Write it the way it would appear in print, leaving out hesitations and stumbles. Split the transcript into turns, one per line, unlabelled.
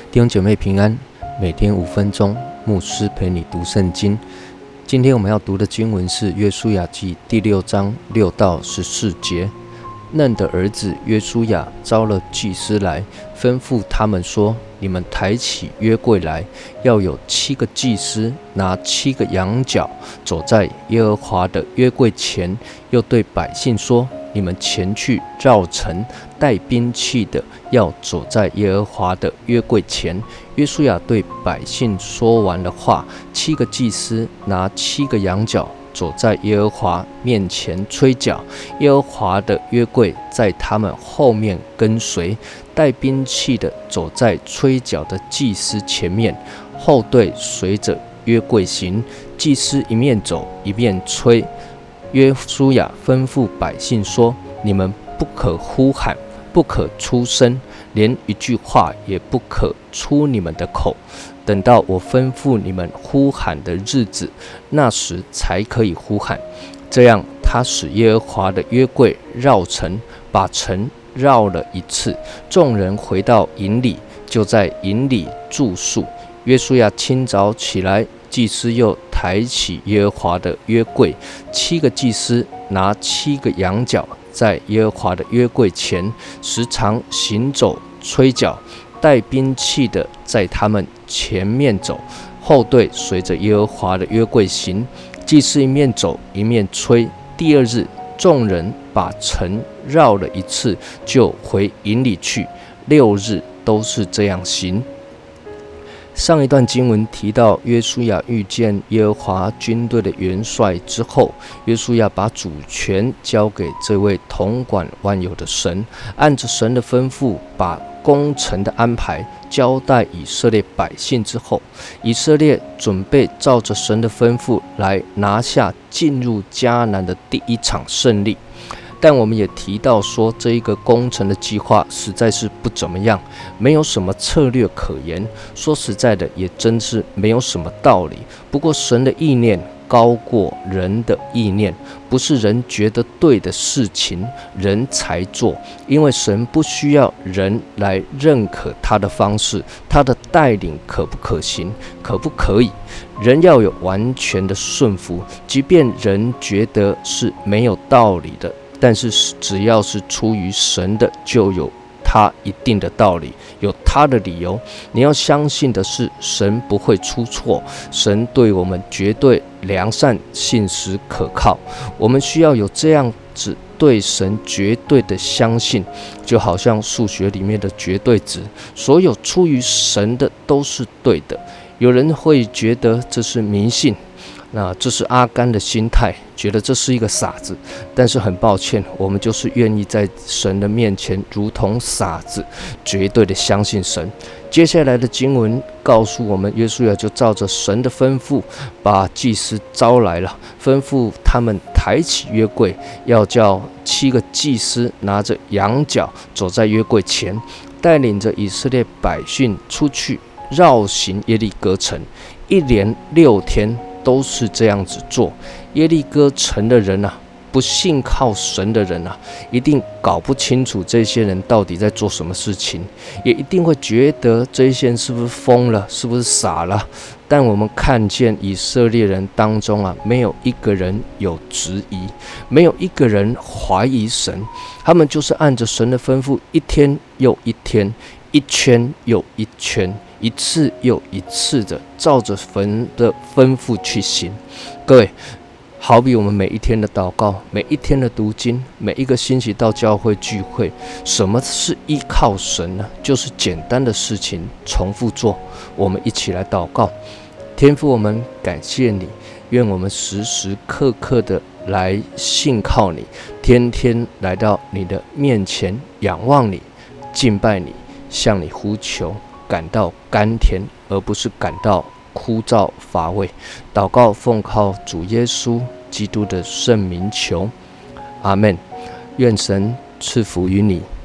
弟兄姐妹平安，每天5分钟，牧师陪你读圣经。今天我们要读的经文是约书亚记第6章6到14节。嫩的儿子约书亚招了祭司来，吩咐他们说：你们抬起约柜来，要有7个祭司拿7个羊角，走在耶和华的约柜前。又对百姓说：你们前去绕城，带兵器的要走在耶和华的约柜前。约书亚对百姓说完了话，7个祭司拿7个羊角，走在耶和华面前吹角，耶和华的约柜在他们后面跟随，带兵器的走在吹角的祭司前面，后队随着约柜行。祭司一面走一面吹。约书亚吩咐百姓说：你们不可呼喊，不可出声，连一句话也不可出你们的口，等到我吩咐你们呼喊的日子，那时才可以呼喊。这样，他使耶和华的约柜绕城，把城绕了一次。众人回到营里，就在营里住宿。约书亚清早起来，祭司又抬起耶和华的约柜，7个祭司拿7个羊角，在耶和华的约柜前时常行走吹角，带兵器的在他们前面走，后队随着耶和华的约柜行。祭司一面走一面吹。第2日，众人把城绕了一次，就回营里去。6日都是这样行。上一段经文提到，约书亚遇见耶和华军队的元帅之后，约书亚把主权交给这位统管万有的神，按着神的吩咐，把攻城的安排交代以色列百姓之后，以色列准备照着神的吩咐来拿下进入迦南的第一场胜利。但我们也提到说，这一个攻城的计划实在是不怎么样，没有什么策略可言。说实在的，也真是没有什么道理。不过神的意念高过人的意念，不是人觉得对的事情人才做，因为神不需要人来认可他的方式，他的带领可不可行，可不可以。人要有完全的顺服，即便人觉得是没有道理的，但是只要是出于神的，就有他一定的道理，有他的理由。你要相信的是，神不会出错，神对我们绝对良善、信实、可靠。我们需要有这样子对神绝对的相信，就好像数学里面的绝对值，所有出于神的都是对的。有人会觉得这是迷信，那这是阿甘的心态，觉得这是一个傻子。但是很抱歉，我们就是愿意在神的面前如同傻子，绝对的相信神。接下来的经文告诉我们，约书亚就照着神的吩咐，把祭司招来了，吩咐他们抬起约柜，要叫7个祭司拿着羊角走在约柜前，带领着以色列百姓出去绕行耶利哥城。一连6天都是这样子做。耶利哥城的人啊，不信靠神的人啊，一定搞不清楚这些人到底在做什么事情，也一定会觉得这些人是不是疯了，是不是傻了。但我们看见以色列人当中啊，没有一个人有质疑，没有一个人怀疑神，他们就是按着神的吩咐，一天又一天，一圈又一圈，一次又一次的照着神的吩咐去行。各位，好比我们每一天的祷告，每一天的读经，每一个星期到教会聚会，什么是依靠神呢？就是简单的事情重复做。我们一起来祷告。天父，我们感谢你，愿我们时时刻刻的来信靠你，天天来到你的面前仰望你，敬拜你，向你呼求，感到甘甜，而不是感到枯燥乏味。祷告奉靠主耶稣基督的圣名求，阿们。愿神赐福于你。